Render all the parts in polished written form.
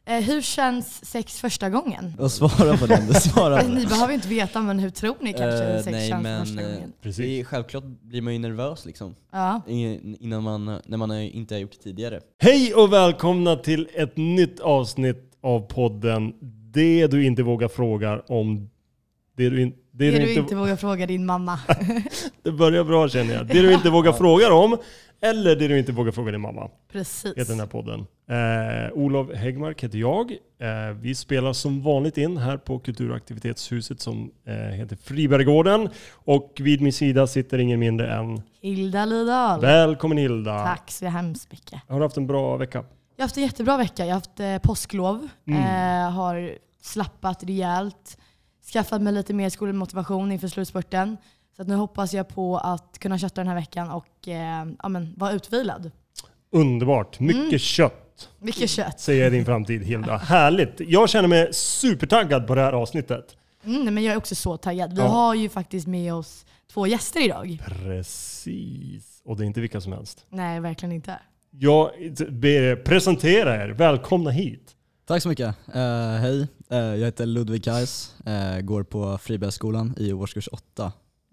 Hur känns sex första gången? Och svara på den. Ni behöver inte veta, men hur tror ni kanske hur sex känns första gången? Precis. Självklart blir man ju nervös liksom. Ja. När man inte har gjort det tidigare. Hej och välkomna till ett nytt avsnitt av podden Det du inte vågar fråga om. Det du inte vågar fråga din mamma. Det börjar bra, känner jag. Det du inte vågar fråga om, eller det du inte vågar fråga din mamma. Precis. Heter den här podden. Olof Häggmark heter jag. Vi spelar som vanligt in här på Kulturaktivitetshuset som heter Fribergården. Och vid min sida sitter ingen mindre än Hilda Lidal. Välkommen Hilda. Tack så hemskt mycket. Har du haft en bra vecka? Jag har haft en jättebra vecka. Jag har haft påsklov. Har slappat rejält. Skaffat mig lite mer skolmotivation inför slutspurten. Så att nu hoppas jag på att kunna kötta den här veckan och vara utvilad. Underbart. Mycket kött. Mycket kött. Säger din framtid, Hilda. Härligt. Jag känner mig supertaggad på det här avsnittet. Men jag är också så taggad. Vi har ju faktiskt med oss 2 gäster idag. Precis. Och det är inte vilka som helst. Nej, verkligen inte. Jag ber er presentera er. Välkomna hit. Tack så mycket. Hej, jag heter Ludvig Kajs. Går på Fribergsskolan i årskurs 8.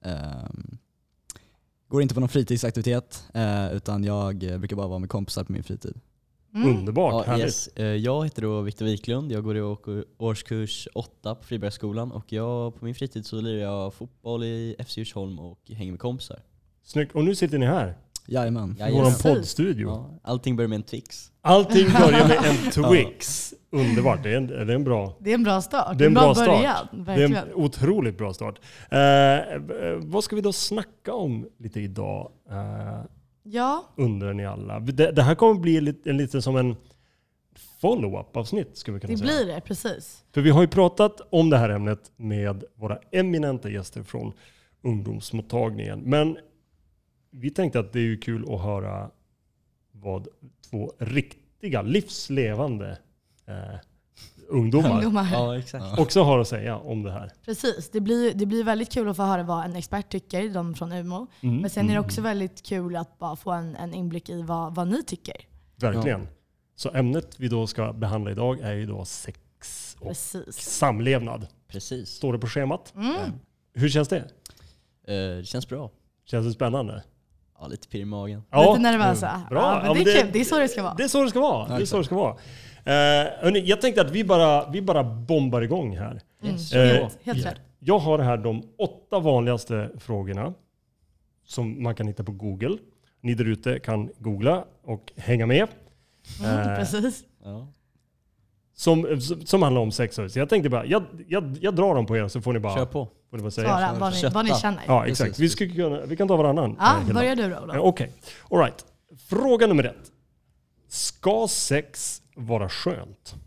Går inte på någon fritidsaktivitet, utan jag brukar bara vara med kompisar på min fritid. Underbart, härligt. Yes. Jag heter då Viktor Wiklund. Jag går i årskurs 8 på Fribergsskolan. Och på min fritid så lirar jag fotboll i FC Djursholm och hänger med kompisar. Snyggt. Och nu sitter ni här. Jajamän. I vår poddstudio. Ja, allting börjar med en Twix. Allting börjar med en Twix. Underbart. Det är en bra... Det är en bra start. Det är en bra start. Början, verkligen. Det är en otroligt bra start. Vad ska vi då snacka om lite idag? Undrar ni alla. Det här kommer bli lite som en follow-up-avsnitt, skulle vi kunna säga. Det blir det, precis. För vi har ju pratat om det här ämnet med våra eminenta gäster från ungdomsmottagningen. Men vi tänkte att det är ju kul att höra vad 2 riktiga, livslevande ungdomar Ja, exakt. också har att säga om det här. Precis. Det blir väldigt kul att få höra vad en expert tycker, de från UMO. Men sen är det också väldigt kul att bara få en inblick i vad ni tycker. Verkligen. Ja. Så ämnet vi då ska behandla idag är ju då sex och samlevnad. Precis. Står det på schemat. Hur känns det? Det känns bra. Känns det spännande? Ja, lite pirr i magen. Ja, lite nervösa. Bra. Ja, men det är kul. Det är så det ska vara. Det är så det ska vara. Det är så det ska vara. Hörrni, jag tänkte att vi bara bombar igång här. Helt rätt. Jag har här de 8 vanligaste frågorna som man kan hitta på Google. Ni där ute kan googla och hänga med. Precis. Ja. Som handlar om sex. Så jag tänkte bara, jag drar dem på er så får ni bara... Kör på. Får ni bara säga. Svara vad ni känner. Ja, exakt. Vi kan ta varannan. Ja, börjar du då. Okej. All right. Fråga nummer 1. Ska sex vara skönt?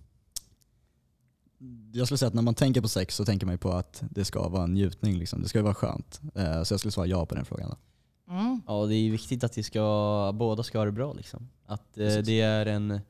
Jag skulle säga att när man tänker på sex så tänker man ju på att det ska vara en njutning. Liksom. Det ska ju vara skönt. Så jag skulle svara ja på den frågan. Då. Ja, det är viktigt att båda ska ha det bra. Liksom. Att det är en...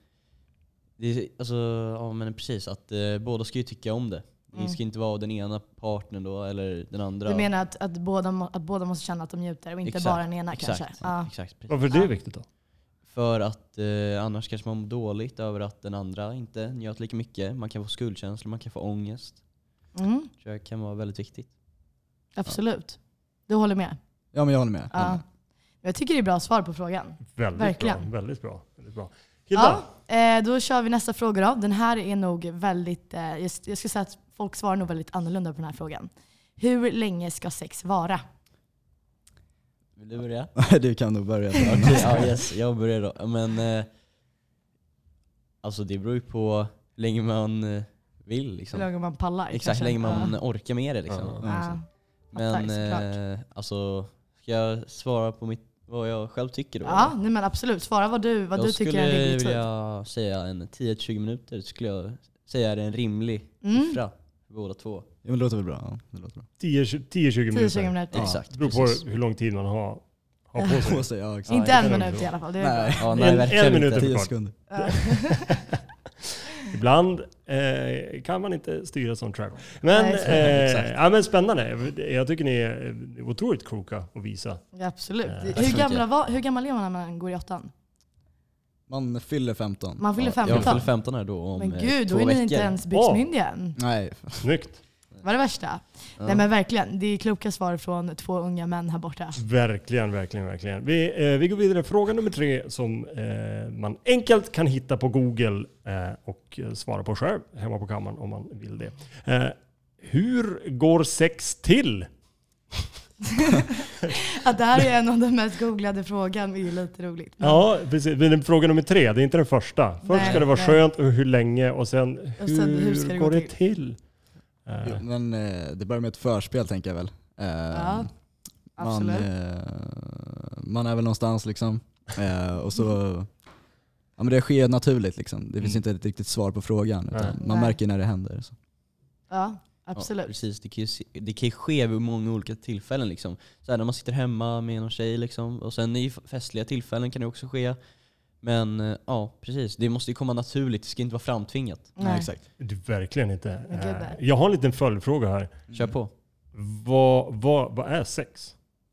precis. Att båda ska ju tycka om det. Det ska inte vara den ena partnern då, eller den andra. Du menar att båda måste känna att de njuter och inte bara den ena kanske? Exakt. Varför är det viktigt då? För att annars kanske man mår dåligt över att den andra inte njöt lika mycket. Man kan få skuldkänslor, man kan få ångest. Tror jag kan vara väldigt viktigt. Absolut. Du håller med? Ja, men jag håller med. Jag tycker det är bra svar på frågan. Väldigt bra. Hilda? Ja, då kör vi nästa fråga då. Den här är nog väldigt... jag skulle säga att folk svarar nog väldigt annorlunda på den här frågan. Hur länge ska sex vara? Vill du börja? Du kan nog börja. Jag börjar då. Men alltså det beror ju på hur länge man vill. Liksom. Hur länge man pallar. Exakt, hur länge man orkar med det. Liksom. Men alltså, ska jag svara på vad jag själv tycker då? Ja, nej, men absolut. Svara vad du tycker är en rimlig tid. Jag skulle säga en 10-20 minuter. Skulle jag säga är en rimlig siffra för båda 2. Ja, men det låter väl bra. Ja, det låter bra. 10-20 minuter. Ja, exakt. Det beror på hur lång tid man har på sig. Ja, inte en minut i alla fall. Det är nej, en minut är 10 sekunder. Ibland kan man inte styra sån track. Men, men spännande. Jag tycker ni är otroligt kloka att visa. Ja, absolut. Hur gammal är man när man går i 8? Man fyller 15. Man fyller 15. Jag fyller 15 här då om Men gud, 2 då är ni veckor. inte ens byxmyndiga än. Nej. Snyggt. Vad är det värsta? Nej men verkligen, det är kloka svar från 2 unga män här borta. Verkligen. Vi går vidare. Fråga nummer 3 som man enkelt kan hitta på Google och svara på själv hemma på kammaren om man vill det. Hur går sex till? Att det här är en av de mest googlade frågan är ju lite roligt. Men Ja, precis. Men fråga nummer 3, det är inte den första. Först Nej, ska det vara nej. skönt och hur länge och sen hur ska det gå går det till? till? Jo, men det börjar med ett förspel tänker jag väl. Ja, absolut. Man är väl någonstans liksom. Och så... Ja, men det sker naturligt liksom. Det finns inte ett riktigt svar på frågan. Utan man Nej. märker när det händer. Så. Ja, absolut. Ja, precis, det kan ju ske vid många olika tillfällen liksom. Så här, när man sitter hemma med någon tjej liksom. Och sen i festliga tillfällen kan det också ske. Men ja, precis. Det måste ju komma naturligt. Det ska inte vara framtvingat. Nej, exakt. Du, verkligen inte. Gud, Jag har en liten följdfråga här. Kör på. Vad är sex?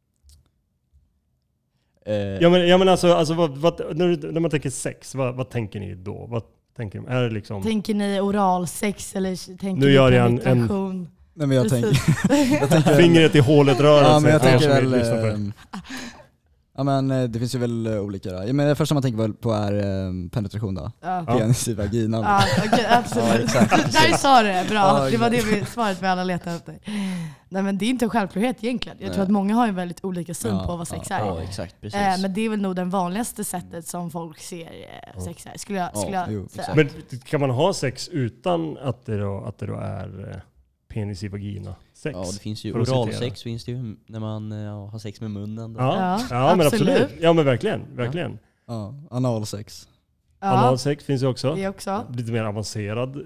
Ja men alltså när man tänker sex, vad tänker ni då? Vad tänker ni? Är det liksom... Tänker ni oralsex eller tänker Nu ni gör jag en- penetration? Nej, men jag Precis. tänker... Fingret i hålet rörelse. Ja, men jag för er tänker som väl... lyssnar på det. Ja, men det finns ju väl olika då. Ja, men det första man tänker väl på är penetration då. Ja. Penis i vaginan. Ja, okej, absolut. Ja, exakt, Där sa du det, bra. Ja, Det var det svaret vi alla letade efter. Nej men det är inte en självklarhet egentligen. Jag tror att många har ju väldigt olika syn på vad sex är. Ja, exakt. Precis. Men det är väl nog det vanligaste sättet som folk ser sex är, skulle jag säga. exakt. Men kan man ha sex utan att det då är penis i vagina sex? Ja, det finns ju för att citera. oralsex finns det ju när man har sex med munnen. Då. Ja, men absolut. Ja, men verkligen. Ja, analsex. Ja, Analsex finns ju också. det också. Lite mer avancerad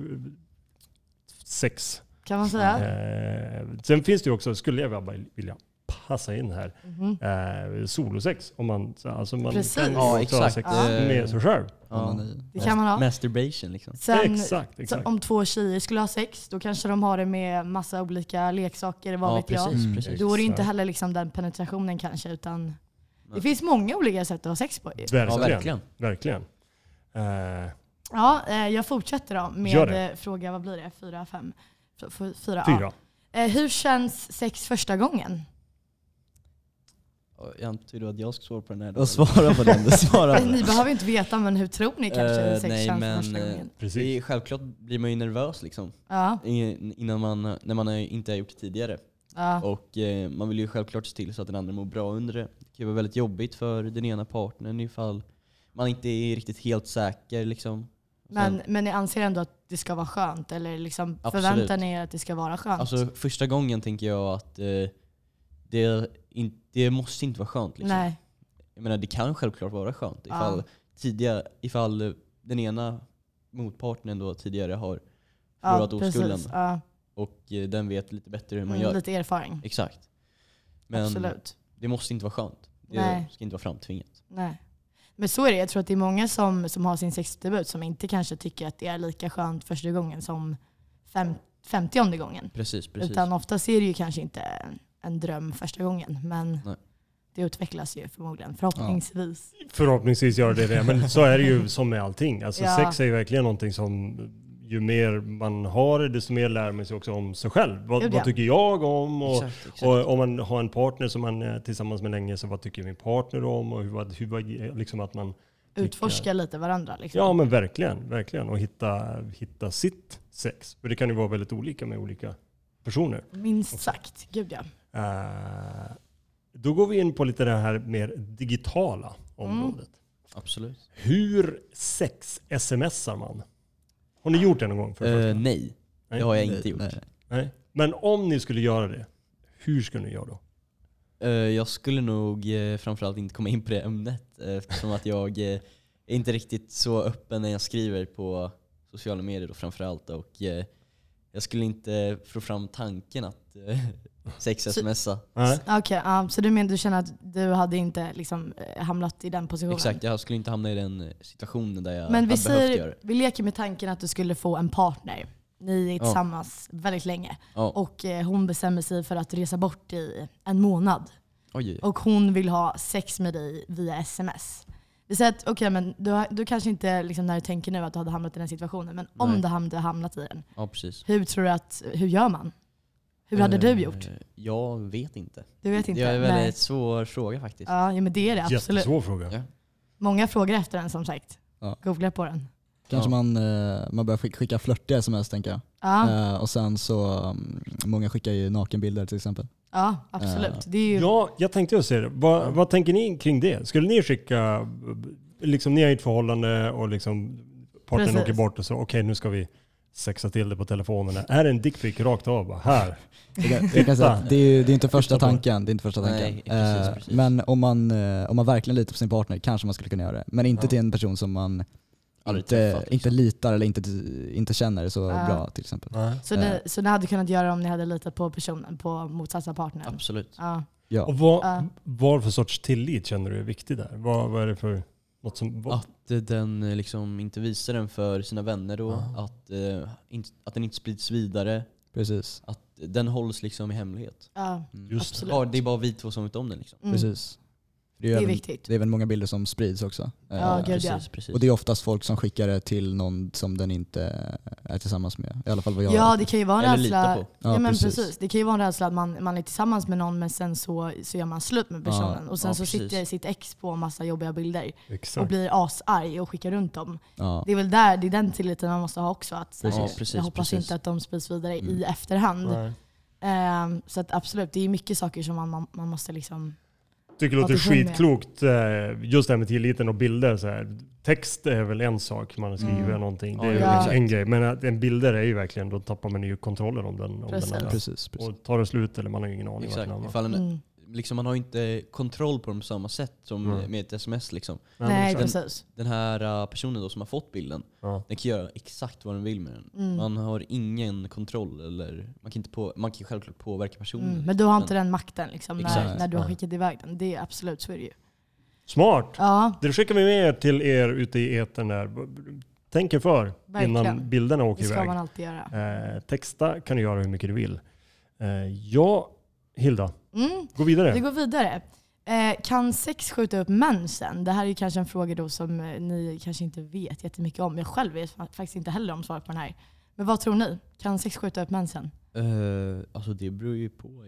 sex. Kan man säga. Sen finns det ju också, skulle jag bara vilja passa in här, solosex. Om man Precis. kan Ja, också ha exakt. sex Ja. med sig själv. Ja. Det kan man ha. Masturbation liksom. Sen, Exakt. så om 2 tjejer skulle ha sex, då kanske de har det med massa olika leksaker, vad vet jag. precis. Då är det inte heller liksom den penetrationen kanske, utan det finns många olika sätt att ha sex på. Verkligen. Ja, jag fortsätter då Gör med fråga, vad blir det? 4, 5? 4. 4. Hur känns sex första gången? Jag antyder att jag ska svara på den här. Och svara på den, svara på Ni den. behöver inte veta, men hur tror ni kanske sex nej, känns men första gången? det är, självklart blir man ju nervös liksom. Ja, När man inte har gjort det tidigare. ja. Och man vill ju självklart se till så att den andra mår bra under det. Det kan ju vara väldigt jobbigt för den ena partnern ifall man inte är riktigt helt säker liksom. Men ni anser ändå att det ska vara skönt? Eller liksom förväntar ni er att det ska vara skönt? Alltså första gången tänker jag att det måste inte vara skönt liksom. Nej. Jag menar, det kan självklart vara skönt ifall den ena motparten då tidigare har förlorat oskulden. Ja. Och den vet lite bättre hur man gör. Lite erfaring. Exakt. Men Absolut. det måste inte vara skönt. Det Nej. ska inte vara framtvingat. Nej. Men så är det. Jag tror att det är många som har sin sexdebut som inte kanske tycker att det är lika skönt första gången som 50:e gången. Precis. Utan oftast är det ju kanske inte en dröm första gången. Men Nej. det utvecklas ju förmodligen, förhoppningsvis. Förhoppningsvis gör det. Men så är det ju som med allting. Alltså Ja. sex är ju verkligen någonting som ju mer man har det, desto mer lär man sig också om sig själv. Vad tycker jag om? Exakt. Och om man har en partner som man är tillsammans med länge, så vad tycker min partner om? Och hur liksom att man Utforska lite varandra. Liksom. Ja, men verkligen. Och hitta sitt sex. För det kan ju vara väldigt olika med olika personer. Minst sagt. Gud ja. Då går vi in på lite det här mer digitala området. Absolut. Hur sex-smsar man? Har ni gjort det någon gång? Nej, det har jag inte gjort. Nej. Men om ni skulle göra det, hur skulle ni göra då? Jag skulle nog framförallt inte komma in på det ämnet eftersom att jag är inte riktigt så öppen när jag skriver på sociala medier då framförallt. Och jag skulle inte få fram tanken att sex-smsa. Okej, så du känner att du hade inte liksom hamnat i den positionen? Exakt, jag skulle inte hamna i den situationen där jag Men hade behövt göra det. vi leker med tanken att du skulle få en partner. Ni är tillsammans väldigt länge. Ja. Och hon bestämmer sig för att resa bort i en månad. Oj. Och hon vill ha sex med dig via sms. Vi säger att okej, men du kanske inte liksom, när du tänker nu att du hade hamnat i den situationen, men om du hade hamnat i den, Ja, precis. hur gör man? Hur hade du gjort? Jag vet inte. Du vet inte? Det är en Nej. väldigt svår fråga faktiskt. Ja, men det är det absolut. Jättesvår fråga. Ja. Många frågor efter den som sagt. Ja. Googla på den. Kanske man börjar skicka flörtiga sms, tänker jag. Ja, Och sen så, många skickar ju nakenbilder till exempel. ja absolut. Det är ju... Ja, jag tänkte ju säga det. Vad tänker ni kring det? Skulle ni skicka, liksom ni är i ett förhållande och liksom partnern Precis. åker bort och så okej, nu ska vi sexa till det på telefonen. Är det en dickpic rakt av? Bara, här. Jag kan säga att det är inte första tanken. Det är inte första tanken. Nej, precis. Men om man verkligen litar på sin partner kanske man skulle kunna göra det. Men inte till en person som man Aldrig träffat, liksom. inte litar eller inte känner så bra till exempel. Så ni hade kunnat göra om ni hade litat på personen, på motsatsa partnern? Absolut. Ja. Ja. Och vad för sorts tillit känner du är viktig där? Vad är det för något som... Att den liksom inte visar den för sina vänner då. Att den inte sprids vidare. Precis. Att den hålls liksom i hemlighet. Ja, Just absolut. Ja, det är bara vi två som vet om den liksom. Precis. Det är även, viktigt. det är även många bilder som sprids också. Ja, gud, ja. Precis. Och det är oftast folk som skickar det till någon som den inte är tillsammans med. I alla fall vad jag Ja, det kan ju vara en Eller lita rädsla. på. Ja, men precis. precis. Det kan ju vara en rädsla att man är tillsammans med någon, men sen så gör man slut med personen. Och sen så precis. sitter sitt ex på en massa jobbiga bilder och Exakt. blir asarg och skickar runt dem. Ja. Det är väl där, det är den tilliten man måste ha också. Att, så här, Precis. jag hoppas inte att de sprids vidare i efterhand. Nej. Så att absolut, det är mycket saker som man måste liksom... Tycker det låter Att det sjunger. skitklokt, just det här med tilliten och bilder. Så här. Text är väl en sak, man skriver någonting. Det är Ja. liksom en grej. Men att en bilder är ju verkligen, då tappar man ju kontrollen om den. Om Precis. den är. Precis. Och tar det slut eller man har ingen aning. Exakt. Vart den Ifall liksom, man har inte kontroll på dem på samma sätt som med ett sms liksom. Nej, exakt. precis. Den här personen då som har fått bilden, Ja. den kan göra exakt vad den vill med den. Man har ingen kontroll eller man kan självklart påverka personen. Men du har inte den makten liksom, Exakt. när du har skickat iväg den. Det är absolut, så är det ju. Smart! Ja, Det skickar vi med er till er ute i etern där. Tänk er för Verkligen. innan bilderna åker det ska iväg. man alltid göra. Texta kan du göra hur mycket du vill. Ja, Hilda. Gå Vi vidare. går vidare. Kan sex skjuta upp mensen? Det här är ju kanske en fråga då som ni kanske inte vet jättemycket om. Jag själv vet faktiskt inte heller om svar på den här. Men vad tror ni? Kan sex skjuta upp mensen? Alltså det beror ju på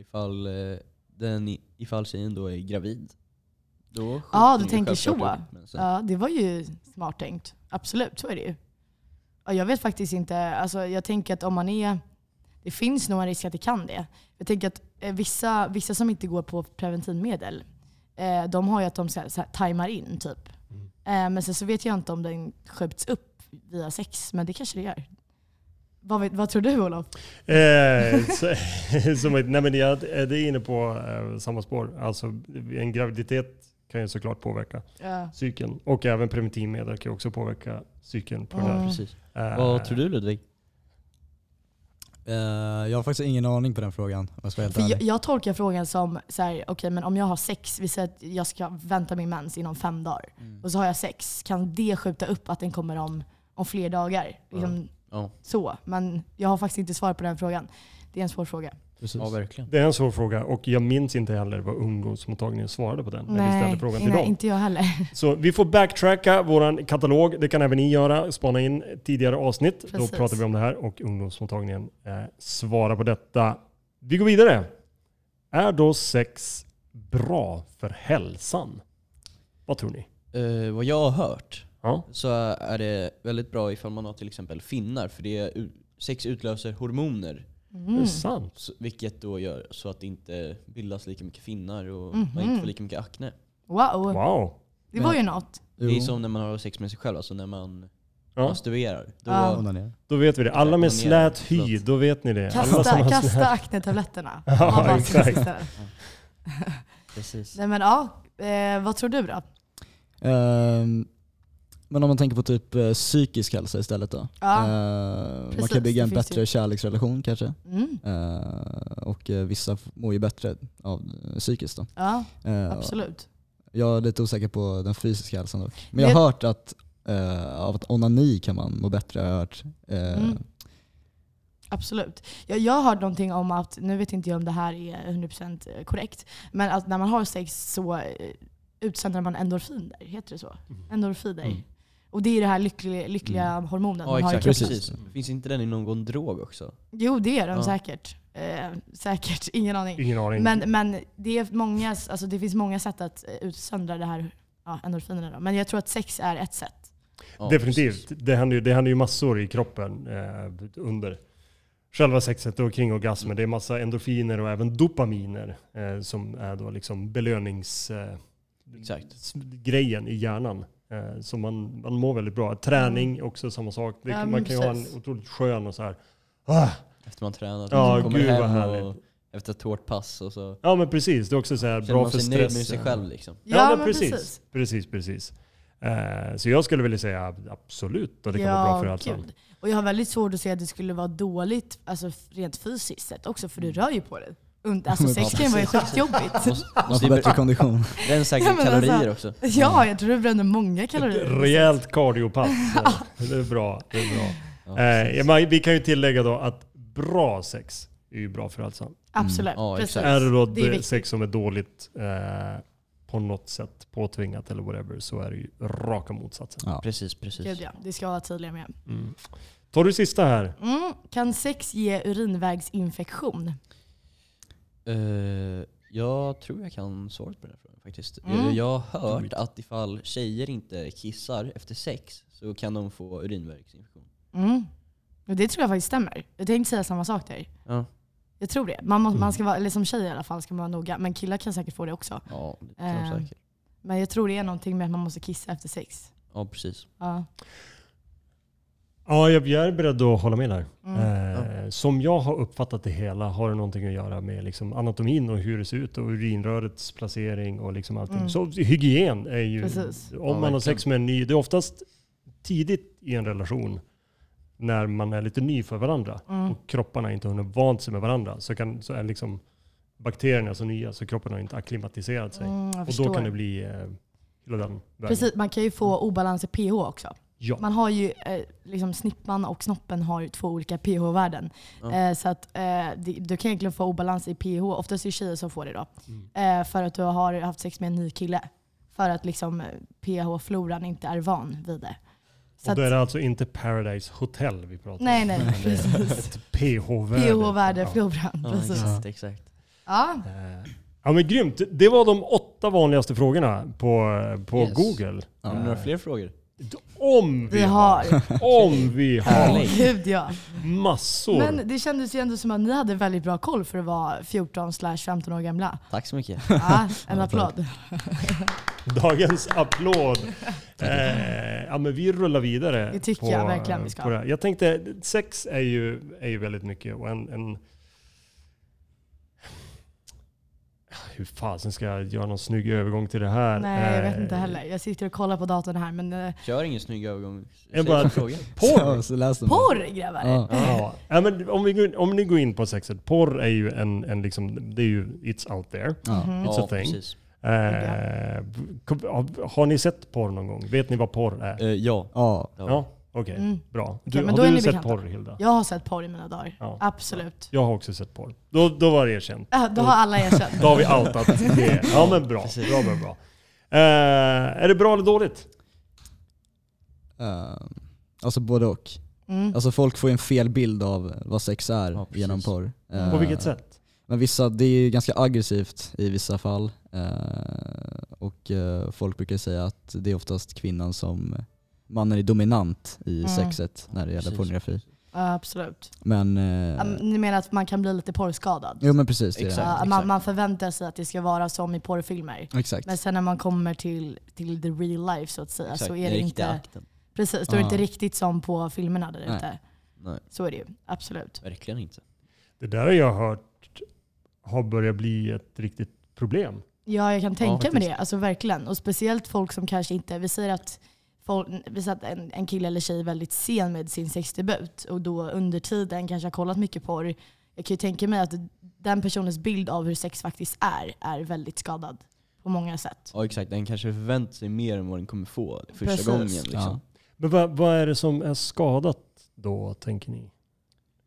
ifall tjejen då är gravid. Då Ja, du skjuter den tänker självklart så. upp, men sen- Ja, det var ju smart tänkt. Absolut, så är det ju. Ja, jag vet faktiskt inte. Alltså, jag tänker att om man är... Det finns nog en risk att det kan det. Jag tänker att vissa som inte går på preventivmedel, de har ju att de så här tajmar in typ. Men sen så vet jag inte om den skjuts upp via sex, men det kanske det gör. Vad tror du, Olof? Nej, men jag är inne på samma spår. Alltså, en graviditet kan ju såklart påverka psyken. Och även preventivmedel kan ju också påverka psyken på den här. Precis. Vad tror du, Ludvig? Jag har faktiskt ingen aning på den frågan, om jag ska vara helt För ärlig. jag tolkar frågan som så här, okej, men om jag har sex, vi säger att jag ska vänta min mens inom 5 dagar. Och så har jag sex, kan det skjuta upp att den kommer om fler dagar? Liksom, Ja. så. Men jag har faktiskt inte svar på den frågan. Det är en svår fråga. Precis. Ja, verkligen. Det är en svår fråga och jag minns inte heller vad ungdomsmottagningen svarade på den när vi ställde frågan till nej, dem. inte jag heller. Så vi får backtracka våran katalog. Det kan även ni göra. Spana in tidigare avsnitt. Precis. Då pratar vi om det här och ungdomsmottagningen svarar på detta. Vi går vidare. Är då sex bra för hälsan? Vad tror ni? Vad jag har hört Ja. så är det väldigt bra ifall man har till exempel finnar, för sex utlöser hormoner. Det är sant. Vilket då gör så att det inte bildas lika mycket finnar och man inte får lika mycket akne. Wow, Wow. det var ju något. Det är som när man har sex med sig själv, alltså när man Ja. masturberar. Då, Ja. Onanera. Då vet vi det. Alla med Onanera. slät hy, då vet ni det. Alla som har Kasta aknetabletterna. Ja, Man bara exakt. istället. Precis. Nej, men ja, vad tror du då? Men om man tänker på typ psykisk hälsa istället då. Ja, Man precis, kan bygga en det finns bättre ju. kärleksrelation kanske. Mm. Och vissa mår ju bättre av psykiskt då. Ja, absolut. Jag är lite osäker på den fysiska hälsan dock. Men jag har hört att av att onani kan man må bättre. Jag har hört. Absolut. Jag har hört någonting om att, nu vet inte jag om det här är 100% korrekt, men att när man har sex så utsöndrar man endorfiner, heter det så? Endorfiner. Och det är det här lyckliga hormonen man har i kroppen. Precis. Finns inte den i någon drog också? Jo, det är de säkert. Säkert, ingen aning. Men det är många, alltså det finns många sätt att utsöndra det här endorfinerna då. Men jag tror att sex är ett sätt. Definitivt. Det händer ju massor i kroppen under själva sexet och kring orgasmen. Det är massa endorfiner och även dopaminer som är då liksom belöningsgrejen i hjärnan. Så man mår väldigt bra. Träning också samma sak. Man kan ju ha en otroligt skön och så här. Efter man tränat. Ja, kommer gud vad hem härligt. och efter ett hårt pass och så. Ja, men precis. Det är också så här bra för stress. Nöjd med sig själv liksom. Ja, men precis. Så jag skulle vilja säga absolut att det kan vara bra för hälsan. Och jag har väldigt svårt att säga att det skulle vara dåligt, alltså rent fysiskt sett också, för du rör ju på det. Alltså sex kan vara sjukt jobbigt. Man får bättre kondition. Den säkert kalorier också. Ja, jag tror du bränner många kalorier. Ett rejält cardiopass. Det är bra. Vi kan ju tillägga då att bra sex är ju bra för hälsan. Absolut. Precis. Är det då sex som är dåligt på något sätt påtvingat eller whatever, så är det ju raka motsatsen. Ja. Precis. Gud, ja. Det ska jag vara tydliga med. Tar du sista här? Kan sex ge urinvägsinfektion? Jag tror jag kan svaret på den frågan faktiskt. Jag har hört att ifall tjejer inte kissar efter sex så kan de få urinvägsinfektion. Och det tror jag faktiskt stämmer. Jag tänkte säga samma sak där. Ja. Jag tror det. Man ska vara, eller som tjej i alla fall ska man vara noga. Men killar kan säkert få det också. Ja, det tror jag säkert. Men jag tror det är någonting med att man måste kissa efter sex. Ja, precis. Ja, jag är beredd att hålla med där. Som jag har uppfattat det hela har det någonting att göra med liksom anatomin och hur det ser ut och urinrörets placering och liksom allting. Så hygien är ju, om man har sex med en ny, det är oftast tidigt i en relation när man är lite ny för varandra och kropparna inte har vant sig med varandra, så är liksom bakterierna så nya så kroppen har inte akklimatiserat sig. Och då kan det bli hela den vägen. Precis, man kan ju få obalans i pH också. Ja. Man har ju, liksom snippan och snoppen har ju 2 olika pH-värden. Så att du kan egentligen få obalans i pH. Oftast är det tjejer som får det då. För att du har haft sex med en ny kille. För att liksom pH-floran inte är van vid det. Så och då är det alltså inte Paradise Hotel vi pratar om. Nej, precis. Ett pH-värde. pH-värdefloran, precis. Exakt. Ja, men grymt. Det var de 8 vanligaste frågorna på Google. Har du några fler frågor? Om vi har. Gud, ja. Massor. Men det kändes ju ändå som att ni hade väldigt bra koll för att vara 14/15 år gamla. Tack så mycket. Ja, en applåd. Dagens applåd. Men vi rullar vidare. Det tycker jag verkligen vi ska. Jag tänkte, sex är ju väldigt mycket och hur fasen ska jag göra någon snygg övergång till det här? Nej, jag vet inte heller. Jag sitter och kollar på datorn här, men... Kör ingen snygg övergång. Porr, grabbar! Ja. Men om ni går in på sexet, porr är ju en liksom, det är ju it's out there. It's a thing. Precis. Har ni sett porr någon gång? Vet ni vad porr är? Ja. Okej, bra. Okay, har du sett porr, Hilda? Jag har sett porr i mina dagar. Ja. Absolut. Jag har också sett porr. Då var det erkänt. Då har alla erkänt. Då har vi outat det. Ja, men bra. Bra. Är det bra eller dåligt? Alltså både och. Alltså folk får en fel bild av vad sex är genom porr. På vilket sätt? Men det är ganska aggressivt i vissa fall. Och folk brukar säga att det är oftast kvinnan som... Mannen är dominant i sexet när det gäller pornografi. Absolut. Men ni menar att man kan bli lite porrskadad? Jo, men precis. Exakt. Man förväntar sig att det ska vara som i porrfilmer. Exakt. Men sen när man kommer till the real life så att säga, så är det inte akten. Precis, då är det inte riktigt som på filmerna där ute. Nej. Så är det ju, absolut. Verkligen inte. Det där har jag hört har börjat bli ett riktigt problem. Ja, jag kan tänka mig det. Alltså verkligen. Och speciellt folk som kanske inte... Vi säger att en kille eller tjej är väldigt sen med sin sexdebut och då under tiden kanske har kollat mycket porr. Jag kan ju tänka mig att den personens bild av hur sex faktiskt är väldigt skadad på många sätt. Ja, exakt. Den kanske förväntar sig mer än vad den kommer få första gången. Liksom. Men vad är det som är skadat då, tänker ni?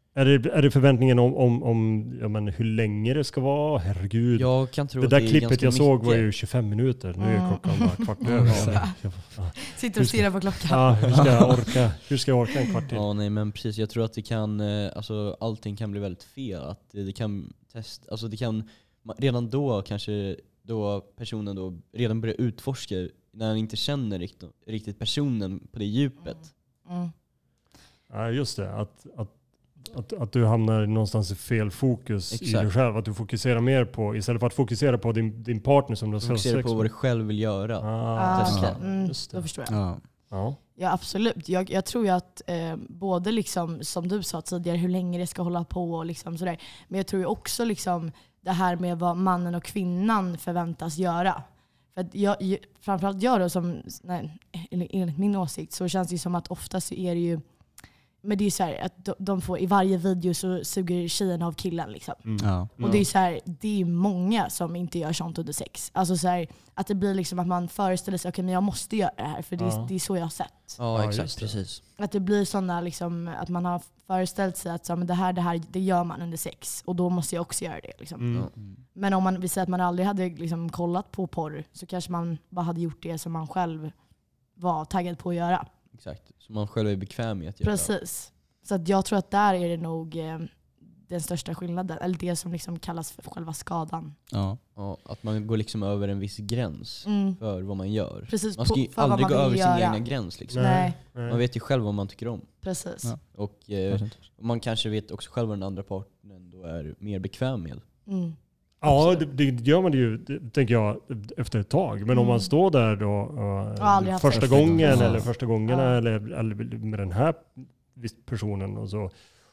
Är det förväntningen om jag menar, hur länge det ska vara? Herregud. Jag kan tro det att där det är klippet ganska jag såg mycket. var ju 25 minuter. Nu är klockan bara kvart över. Sitter och stirrar på klockan. Ja, hur ska jag orka en kvart till? Ja, nej men precis. Jag tror att det kan, alltså allting kan bli väldigt fel. Att det kan testa, alltså det kan, redan då kanske, då personen då redan börjar utforska när han inte känner riktigt personen på det djupet. Ja, just det. Att du hamnar någonstans i fel fokus. Exakt. I dig själv. Att du fokuserar mer på, istället för att fokusera på din partner som du har Fokusera på vad du själv vill göra. Just det. Då förstår jag. Ja. Ja, absolut. Jag tror ju att både liksom, som du sa tidigare, hur länge det ska hålla på och liksom sådär. Men jag tror ju också liksom, det här med vad mannen och kvinnan förväntas göra. För att framförallt jag då, enligt min åsikt, så känns det som att oftast så är det ju, men det är så här att de får, i varje video så suger tjejen av killen liksom. Och det är så här, det är många som inte gör sånt under sex. Alltså så här, att det blir liksom att man föreställer sig, okej, men jag måste göra det här för det är så jag har sett. Ja, exakt, precis. Att det blir sådana liksom, att man har föreställt sig att så, men det här det gör man under sex och då måste jag också göra det liksom. Men om man vill säga att man aldrig hade liksom kollat på porr, så kanske man bara hade gjort det som man själv var taggad på att göra. Exakt, så man själv är bekväm i att göra. Precis. Så att jag tror att där är det nog den största skillnaden. Eller det som liksom kallas för själva skadan. Ja, att man går liksom över en viss gräns för vad man gör. Precis, man ska ju aldrig gå över sin egna gräns. Liksom. Nej. Man vet ju själv vad man tycker om. Precis. Ja. Och man kanske vet också själv vad den andra partnern då är mer bekväm med. Ja, det gör man ju, tänker jag, efter ett tag. Men om man står där då första gången eller första gångerna eller med den här personen och så,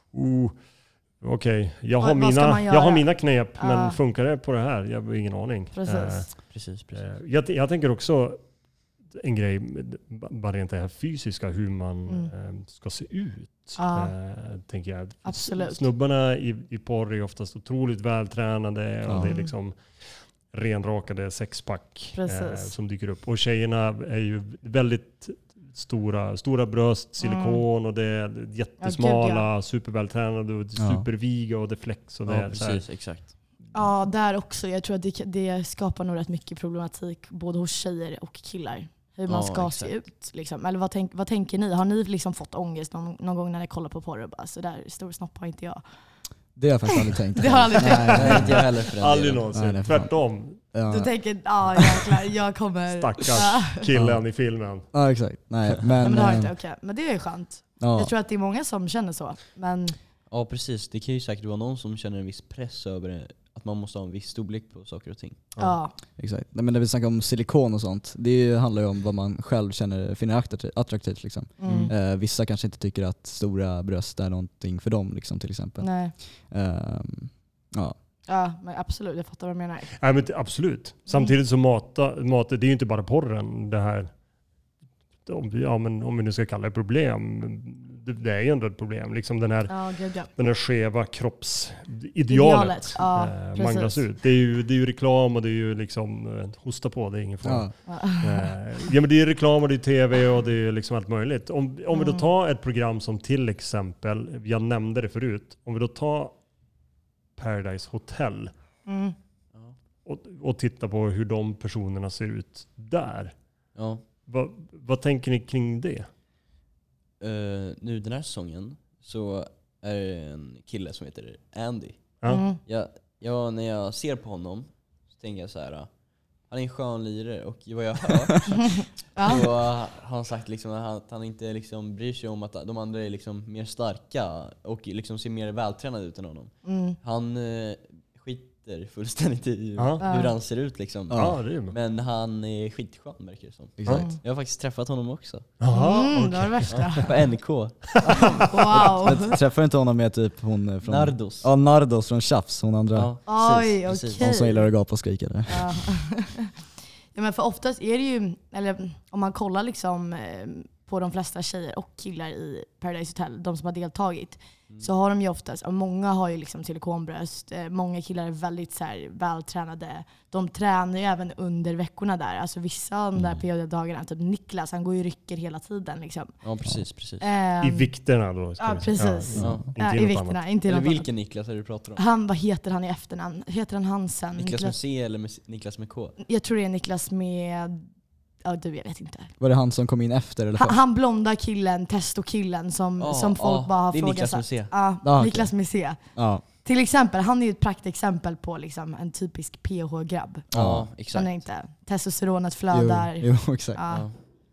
okej, jag har mina knep, men funkar det på det här? Jag har ingen aning. Precis. Jag tänker också en grej, bara rent det här fysiska, hur man ska se ut. Tänker jag. Absolut. Snubbarna i porr är oftast otroligt vältränade och det är liksom renrakade sexpack som dyker upp. Och tjejerna är ju väldigt stora bröst, silikon och det är jättesmala, supervältränade och superviga och det flex och det är precis, exakt. Ja, där också. Jag tror att det skapar nog rätt mycket problematik både hos tjejer och killar. Hur man ska se ut. Liksom. Eller vad tänker ni? Har ni liksom fått ångest någon gång när ni kollar på porr och bara, så där stor snopp har inte jag? Det har jag faktiskt aldrig tänkt. Det har jag aldrig tänkt. Nej, inte jag heller för den aldrig delen. någonsin. Nej, tvärtom. Du tänker, jäklar, jag kommer... Stackars killen i filmen. Ja, exakt. Nej, men det har inte, okej. Men det är skönt. Ja. Jag tror att det är många som känner så. Men... Ja, precis. Det kan ju säkert vara någon som känner en viss press över att man måste ha en viss storlek på saker och ting. Ja. Exakt. Nej, men när vi snackar om silikon och sånt, det handlar ju om vad man själv finner attraktivt. Liksom. Vissa kanske inte tycker att stora bröst är någonting för dem, liksom, till exempel. Nej. Ja. Ja, men absolut. Jag fattar vad du menar. Nej, men absolut. Samtidigt så mat, det är ju inte bara porren det här. Om vi nu ska kalla det problem. Det är ju ändå ett problem. Liksom den här skeva kroppsidealet manglas ut. Det är ju reklam och det är ju liksom hosta på, det är ingen fara. Men det är reklam och det är tv och det är liksom allt möjligt. Om vi då tar ett program som till exempel, jag nämnde det förut, om vi då tar Paradise Hotel och tittar på hur de personerna ser ut där. Ja. Vad tänker ni kring det? Nu den här säsongen så är det en kille som heter Andy. När jag ser på honom så tänker jag så här: han är en skön lirare, och vad jag har hört så har han sagt liksom att han inte liksom bryr sig om att de andra är liksom mer starka och liksom ser mer vältränade ut än honom. Han skiter fullständigt i hur han ser ut liksom. Men han är skitskön, verkar det som. Exakt. Jag har faktiskt träffat honom också. Det var det värsta. På NK. Wow. Men träffar inte honom med typ hon från... Nardos. Ja, Nardos från Tjafs, hon andra. Oj, okej. Hon som gillar att gapa och skrika där. Ja, men för oftast är det ju, eller om man kollar liksom på de flesta tjejer och killar i Paradise Hotel, de som har deltagit, så har de ju oftast, många har ju liksom silikonbröst, många killar är väldigt så här vältränade. De tränar ju även under veckorna där. Alltså vissa av de där POD-dagarna, typ Niklas, han går ju rycker hela tiden liksom. Ja, precis. I vikterna då? Ja, precis. Inte i vikterna, inte i Eller något vilken annat. Niklas är det du pratar om? Vad heter han i efternamn? Heter han Hansen? Niklas med C eller Niklas med K? Jag tror det är Niklas med... Ja, jag vet inte. Var det han som kom in efter eller först? Han blonda killen, testokillen som folk bara har det är Niklas frågat. med C. Ja, okej. Niklas med C. Ja. Till exempel, han är ju ett praktexempel på liksom en typisk PH-grabb. Ja, exakt. Han är inte. Testosteronet flödar. Jo, exakt. Ja.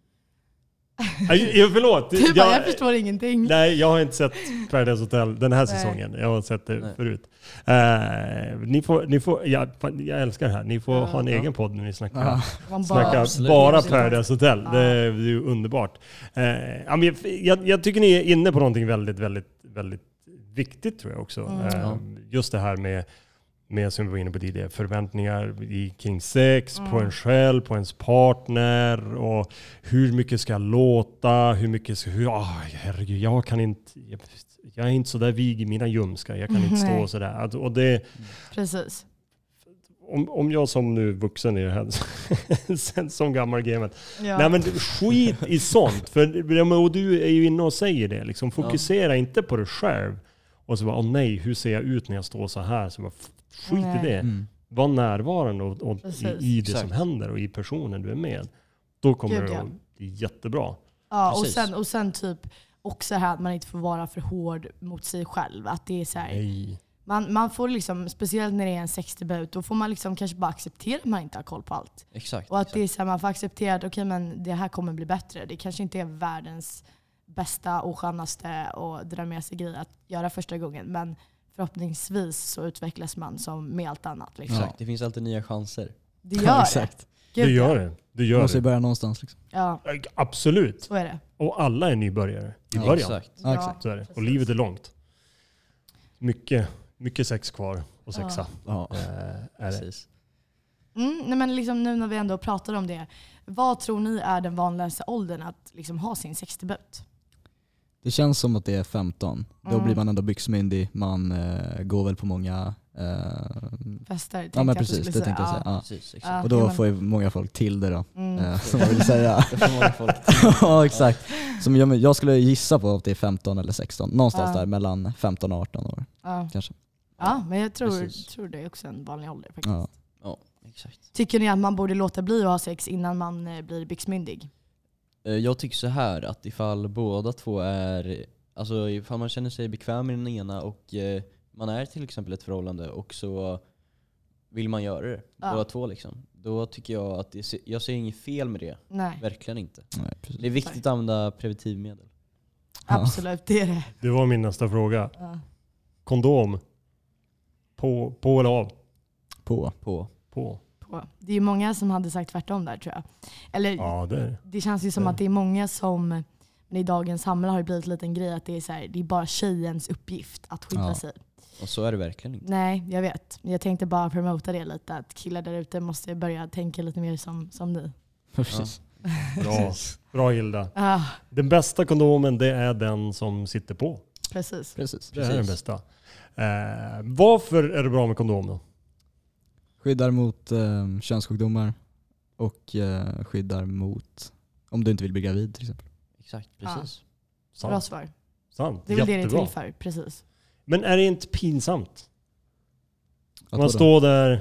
Förlåt. Jag förstår ingenting. Nej, jag har inte sett Paradise Hotel den här säsongen. Jag har sett det förut. Ni får, jag älskar det här. Ni får ha en egen podd när ni snackar bara Paradise Hotel. Det är ju underbart. Jag tycker ni är inne på någonting väldigt, väldigt, väldigt viktigt, tror jag också. Just det här med som vi var inne på tidigare, förväntningar kring sex, på en själv, på ens partner, och hur mycket ska låta, hur mycket ska... herregud, jag är inte så där vig i mina ljumskar, jag kan inte stå så där. Och det... Precis. Om jag som nu vuxen i det här, sen som gammal gamet. Nej, men skit i sånt. Och du är ju inne och säger det. Liksom, fokusera inte på dig själv. Och så bara, nej, hur ser jag ut när jag står så här? Så bara, skit i det. Var närvarande och i det som händer och i personen du är med. Då kommer det att bli jättebra. Ja, och sen typ också här att man inte får vara för hård mot sig själv. Att det är så här, man får liksom, speciellt när det är en sexdebut, då får man liksom kanske bara acceptera att man inte har koll på allt. Exakt. Och att det är så här, man får acceptera att men det här kommer bli bättre. Det kanske inte är världens bästa och skönaste och dra med sig grej att göra första gången, men förhoppningsvis så utvecklas man som med allt annat. Liksom. Exakt, det finns alltid nya chanser. Det gör exakt. det. Det gör Man måste det. börja någonstans. Liksom. Ja. Absolut. Så är det. Och alla är nybörjare i början. Exakt. Ja, exakt. Så är det. Och livet är långt. Mycket sex kvar och sexa. Ja. Är det. Precis. Nej, men liksom nu när vi ändå pratar om det, vad tror ni är den vanligaste åldern att liksom ha sin sexdebut? Det känns som att det är 15. Då blir man ändå byxmyndig. Man går väl på många... Fester, ja, men precis. Det tänkte jag säga. Ja. Precis, exakt. Och då får ju många folk till det då. Som jag vill säga. Det får många folk. Ja, exakt. Som jag skulle gissa på att det är 15 eller 16. Någonstans där mellan 15 och 18 år. Kanske. Ja, men jag tror det är också en vanlig ålder faktiskt. Ja, exakt. Tycker ni att man borde låta bli att ha sex innan man blir byxmyndig? Jag tycker så här att ifall båda två är, alltså ifall man känner sig bekväm med den ena och man är till exempel ett förhållande och så vill man göra det, båda två liksom. Då tycker jag att jag ser inget fel med det. Nej. Verkligen inte. Nej, det är viktigt att använda preventivmedel. Absolut, det är det. Det var min nästa fråga. Kondom. På eller av? På. Det är ju många som hade sagt tvärtom där, tror jag. Eller, det känns ju som att det är många som, men i dagens samhälle har det blivit en liten grej att det är så här, det är bara tjejens uppgift att skydda sig. Och så är det verkligen inte. Nej, jag vet. Jag tänkte bara promota det lite, att killar där ute måste börja tänka lite mer som ni. Precis. Bra Hilda. Den bästa kondomen, det är den som sitter på. Precis. Det är den bästa. Varför är det bra med kondom då? Skyddar mot könssjukdomar och skyddar mot om du inte vill bli gravid till exempel. Exakt, precis. Bra svar. Sant. Det är väl det det är till för, precis. Men är det inte pinsamt? Man står där.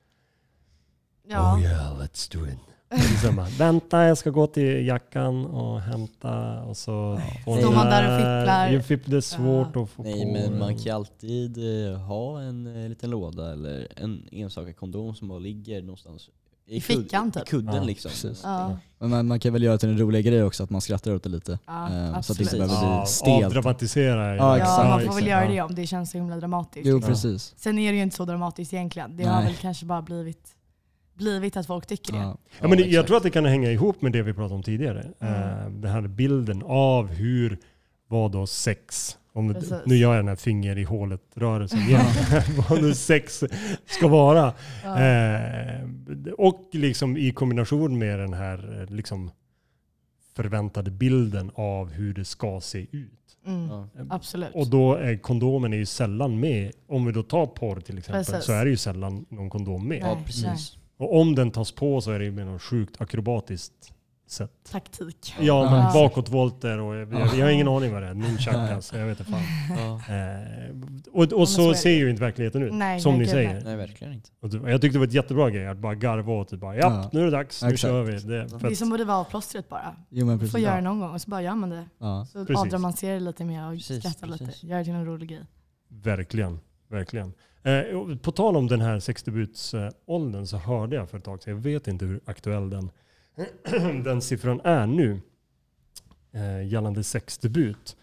Ja. Oh yeah, let's do it. Vänta, jag ska gå till jackan och hämta och så står man där och fipplar. Det är svårt att få Nej, på. men man kan alltid ha en liten låda eller en enstaka kondom som bara ligger någonstans i fickan typ. I kudden liksom. Men man kan väl göra till en rolig grej också att man skrattar åt det lite. Så att det inte behöver bli stelt. Avdramatisera. Man får väl göra det om det känns så himla dramatiskt. Jo, precis. Sen är det ju inte så dramatiskt egentligen. Det har väl kanske bara blivit att folk tycker det. Ja, men jag tror att det kan hänga ihop med det vi pratade om tidigare. Den här bilden av vad då sex, nu gör jag den här finger i hålet-rörelsen igen, vad nu sex ska vara. Och liksom i kombination med den här liksom förväntade bilden av hur det ska se ut. Ja. Absolut. Och då är kondomen är ju sällan med. Om vi då tar porr till exempel, Precis. så är det ju sällan någon kondom med. Nej. Ja, precis. Och om den tas på så är det ju med något sjukt akrobatiskt sätt. Taktik. Ja, men Ja. bakåtvolter och jag har ingen aning vad det är. Nunchakas, jag vet inte fan. Ja. Och så är så det. ser ju inte verkligheten ut, Nej, som nej, ni gud, säger. nej. Nej, verkligen inte. Och jag tyckte det var ett jättebra grej att bara garva åt det. Bara, Ja. nu är det dags, nu Exakt. kör vi. Det är Det är fett. som borde vara avplåstret bara. Jo men Man får precis. göra det någon gång och så bara gör man det. Ja. Så Precis. avdramatiserar det lite mer och Precis, skrattar lite. precis. Gör det till en rolig grej. Verkligen, verkligen. Och på tal om den här sexdebutsåldern så hörde jag för ett tag sedan, jag vet inte hur aktuell den siffran är nu, gällande sexdebut.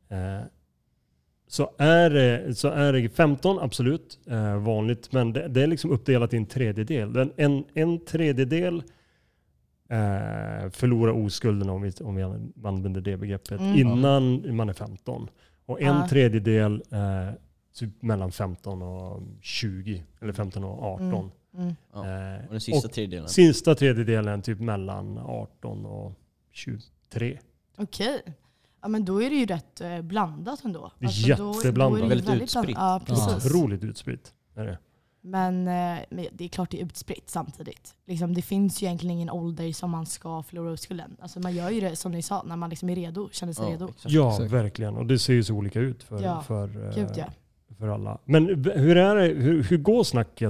Så är det 15 absolut vanligt, men det är liksom uppdelat i en tredjedel. En tredjedel förlorar oskulden om vi använder det begreppet innan man är 15. Och en tredjedel typ mellan 15 och 20 eller 15 och 18. Ja. Och den sista och tredjedelen. Sista tredjedelen typ mellan 18 och 23. Okej. Ja, men då är det ju rätt blandat ändå. Det är jätteblandat. Då är det Väldigt väldigt utspritt. Ja, precis. Otroligt utspritt är det. Men det är klart det är utspritt samtidigt. Liksom, det finns ju egentligen ingen ålder som man ska förlora oskulden. Alltså man gör ju det som ni sa, när man liksom är redo, känner sig redo. Exakt. Ja, Exakt. verkligen. Och det ser ju så olika ut Ja, Gud, ja. för alla. Men hur är det? Hur går snacket?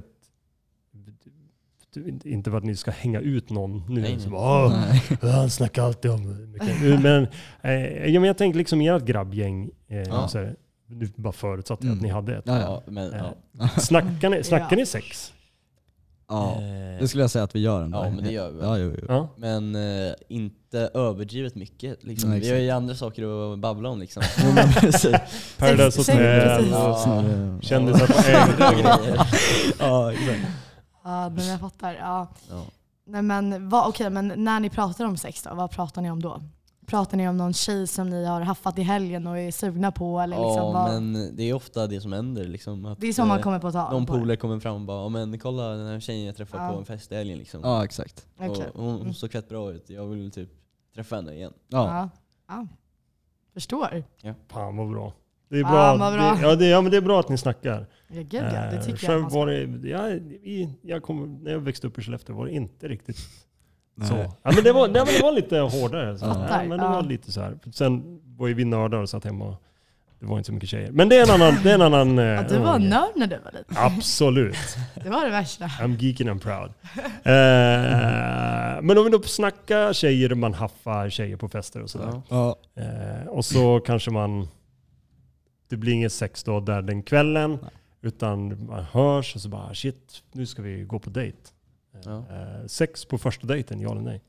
Inte för att ni ska hänga ut någon nu. Nej, Som, nej. han snackar alltid om mycket. Men jag tänker liksom ert grabbgäng. Ja. Så här, nu bara förutsatte jag att ni hade ett. Ja, Ja, men, ja. Snackar ni sex? Ja, det skulle jag säga att vi gör ändå. Ja, men det gör vi. Ja, jo. Ja. Men inte överdrivet mycket. Liksom. Nej, Vi har ju andra saker att babbla om. Liksom. Jo men precis. Paradise Sex, Hotel precis. och Snarare- kändisar på ägd. Ja, exakt. Ja, men jag fattar. Ja. Ja. Nej, men, men när ni pratar om sex då, vad pratar ni om då? Pratar ni om någon tjej som ni har haffat i helgen och är sugna på? Eller liksom, Ja, vad? men det är ofta det som händer. Liksom, att, Det är som man kommer på tal. någon polare kommer fram och bara, ja, men kolla den här tjejen jag träffade Ja. på en fest i helgen. Liksom. Ja, exakt. Okej. Och hon såg fett bra ut. Jag vill typ träffa henne igen. Ja. Ja. Ja. Förstår. Fan vad bra. Det är Fan, bra. vad bra. Men det är bra att ni snackar. Ja, gud, ja, det tycker Själv jag. Man ska. var det, när jag växte upp i Skellefteå var det inte riktigt Nej. så. Ja, men det var lite hårdare. Så. Fattar, Ja, men det ja. var lite så här. Sen var ju vi nördar och satt hemma och det var inte så mycket tjejer. Men det är en annan Ja, du var nörd när du var liten. Absolut. Det var det värsta. I'm geeking and proud. Men om vi då snackar tjejer, man haffar tjejer på fester och sådär. Ja. Ja. Och så kanske det blir inget sex då där den kvällen. Utan man hörs och så bara shit, nu ska vi gå på dejt. Ja. Sex på första dejten, ja eller nej?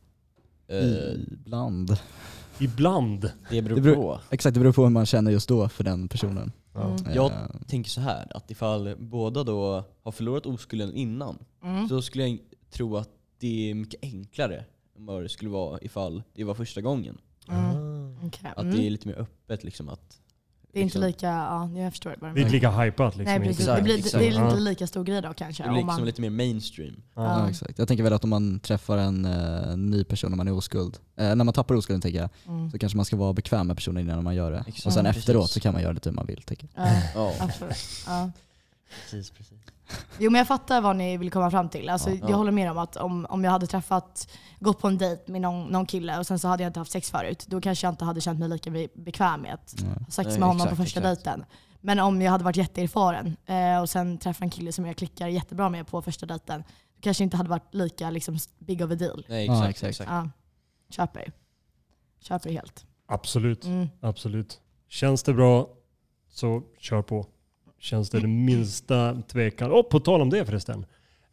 Ibland. Ibland. Det beror Det beror- på. Exakt, det beror på hur man känner just då för den personen. Jag Eh, tänker så här, att ifall båda då har förlorat oskulden innan, så skulle jag tro att det är mycket enklare än vad det skulle vara ifall det var första gången. Okay. Att det är lite mer öppet liksom att... Det är inte liksom, lika, ja, jag förstår vad Det du är inte menar. lika hypat liksom. Nej, precis. Exakt, Det exakt. är inte Ja. lika stor grej då kanske. det blir om liksom man, lite mer mainstream. Ja, exakt. Jag tänker väl att om man träffar en ny person när man är oskuld, när man tappar oskulden tänker jag, så kanske man ska vara bekväm med personen innan man gör det. Exakt. Och sen Precis. efteråt så kan man göra lite hur man vill tänker jag. ja, Ja, absolut. Ja. precis. Jo, men jag fattar vad ni vill komma fram till. Alltså, Ja. jag håller med om att om jag hade gått på en dejt med någon kille och sen så hade jag inte haft sex förut, då kanske jag inte hade känt mig lika bekväm med att ha sex Nej, med honom exakt, på första exakt. dejten. Men om jag hade varit jätteerfaren och sen träffat en kille som jag klickar jättebra med på första dejten, då kanske inte hade varit lika liksom, big of a deal. Nej, Ja, exakt. exakt. Ja. Köper helt. Absolut. Mm. Absolut. Känns det bra så kör på. Känns det minsta tvekan. På tal om det förresten.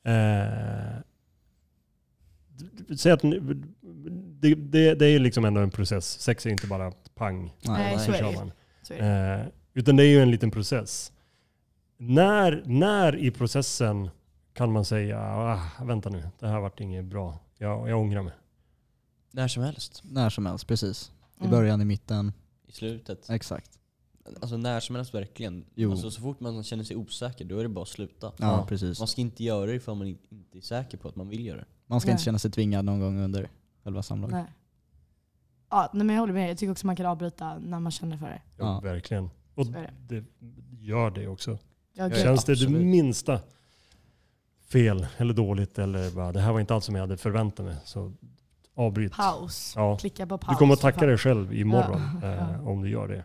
Säg att det är liksom ändå en process. Sex är inte bara pang. Nej, nej, så är kör det ju. man. Så är det. Utan det är ju en liten process. När i processen kan man säga vänta nu, det här vart inget bra. Jag ångrar mig. När som helst. När som helst, precis. I Mm. början, i mitten. I slutet. Exakt. Alltså när som helst verkligen. Jo. Alltså, så fort man känner sig osäker, då är det bara att sluta. Ja, precis. Man ska inte göra det ifall man inte är säker på att man vill göra det. Man ska Nej. inte känna sig tvingad någon gång under själva samlaget. Nej. Ja, nej, men jag håller med. Jag tycker också man kan avbryta när man känner för det. Ja, verkligen. Och Så är det. det gör det också. Ja, gud. Känns det absolut. minsta fel eller dåligt eller bara, det här var inte alls som jag hade förväntat mig, så avbryt. Paus. Ja. Klicka på paus. Du kommer att tacka dig själv imorgon Ja. om du gör det.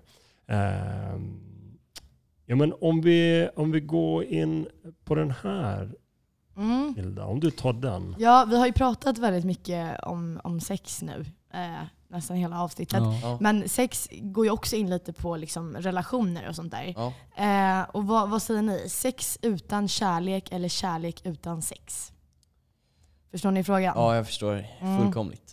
Ja, men om vi går in på den här, Hilda, om du tar den. Ja, vi har ju pratat väldigt mycket om sex nu. Nästan hela avsnittet. Ja. Men sex går ju också in lite på liksom relationer och sånt där. Ja. Och vad säger ni? Sex utan kärlek eller kärlek utan sex? Förstår ni frågan? Ja, jag förstår fullkomligt.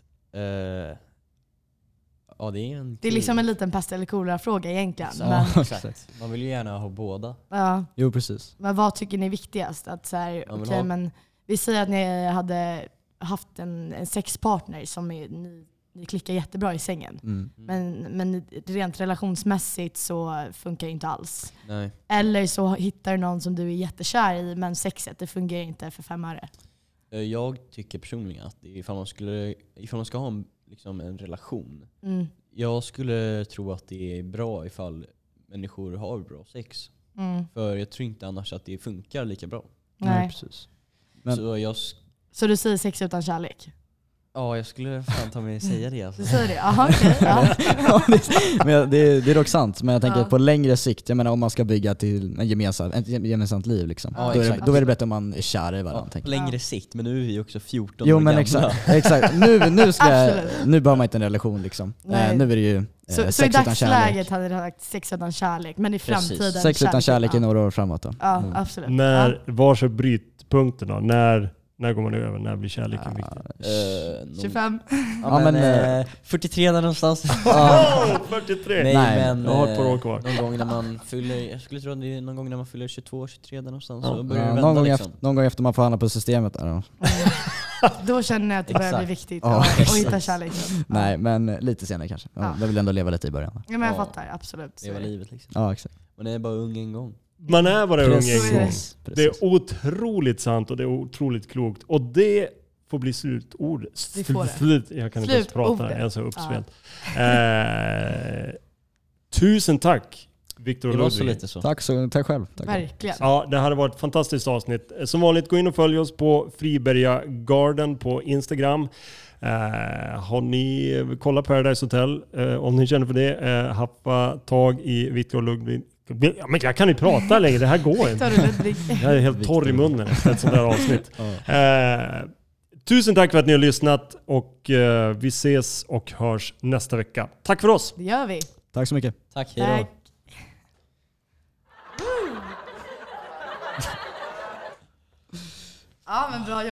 Ja, det är en Det är liksom en liten pest eller kolera-fråga egentligen. Ja, Men, exakt. Man vill ju gärna ha båda. ja, Jo, precis. men vad tycker ni är viktigast? Att så här, Man vill okej, ha- men vi säger att ni hade haft en sexpartner som ni klickar jättebra i sängen. Men rent relationsmässigt så funkar det inte alls. Nej. Eller så hittar du någon som du är jättekär i, men sexet det fungerar inte för 5 öre. Jag tycker personligen att ifall man ska ha en relation, Mm. jag skulle tro att det är bra ifall människor har bra sex. Mm. För jag tror inte annars att det funkar lika bra. Nej. precis. Men- Så du säger sex utan kärlek? Jag skulle fan ta mig säga det alltså. Du säger det? Jaha, okej. Ja. Men det är dock sant, men jag tänker Ja. att på längre sikt, jag menar om man ska bygga till ett gemensamt liv liksom. Ja, då, är det, exakt. då är det bättre om man är kär i varandra. På tänker jag. längre sikt, men nu är vi också 14 Jo år men gamla. exakt. Absolut. Nu behöver man inte en relation liksom. Nej. Nu är det ju Så i sex utan dagsläget kärlek. hade du sagt sex utan kärlek, men i Precis. framtiden Sex utan kärlek i ja. några år framåt då. Ja, Mm. absolut. Var är brytpunkten då? När går man över? När blir kärleken viktig? Ja. 25. Ja, men, 43 där någonstans. 43! Nej, Nej, men jag har ett par år kvar. någon gång när man fyller, jag skulle tro att det är någon gång när man fyller 22, 23 där någonstans, Ja. så börjar det Ja, vända liksom. någon gång efter man får handla på systemet där då. Då känner jag att det börjar bli Exakt. viktigt Ja, att hitta kärleken. Nej, men lite senare kanske. Ja, Ja. Jag vill ändå leva lite i början. Ja, men jag Ja. fattar, absolut. Så Det var är det. livet liksom. Ja, exakt. Man är bara ung en gång. Man är bara ung en gång. Precis. Det är otroligt sant och det är otroligt klokt. Och det får bli slutordet. Vi får det. Jag kan inte ens prata, Slutordet. jag är så uppspelt. Tusen tack, Viktor och Det var så Ludvig. lite så. Tack själv. Tack. Verkligen. Ja, det här har varit ett fantastiskt avsnitt. Som vanligt, gå in och följ oss på Friberga Garden på Instagram. Har ni kollat Paradise Hotel? Om ni känner för det, happa tag i Viktor och Ludvig. Ja, men jag kan inte prata längre, det här går inte. Tar du Ludvig? Jag är helt torr i munnen efter ett sånt där avsnitt. Tusen tack för att ni har lyssnat och vi ses och hörs nästa vecka. Tack för oss! Det gör vi. Tack så mycket. Tack, hejdå. Tack. Ja, men bra.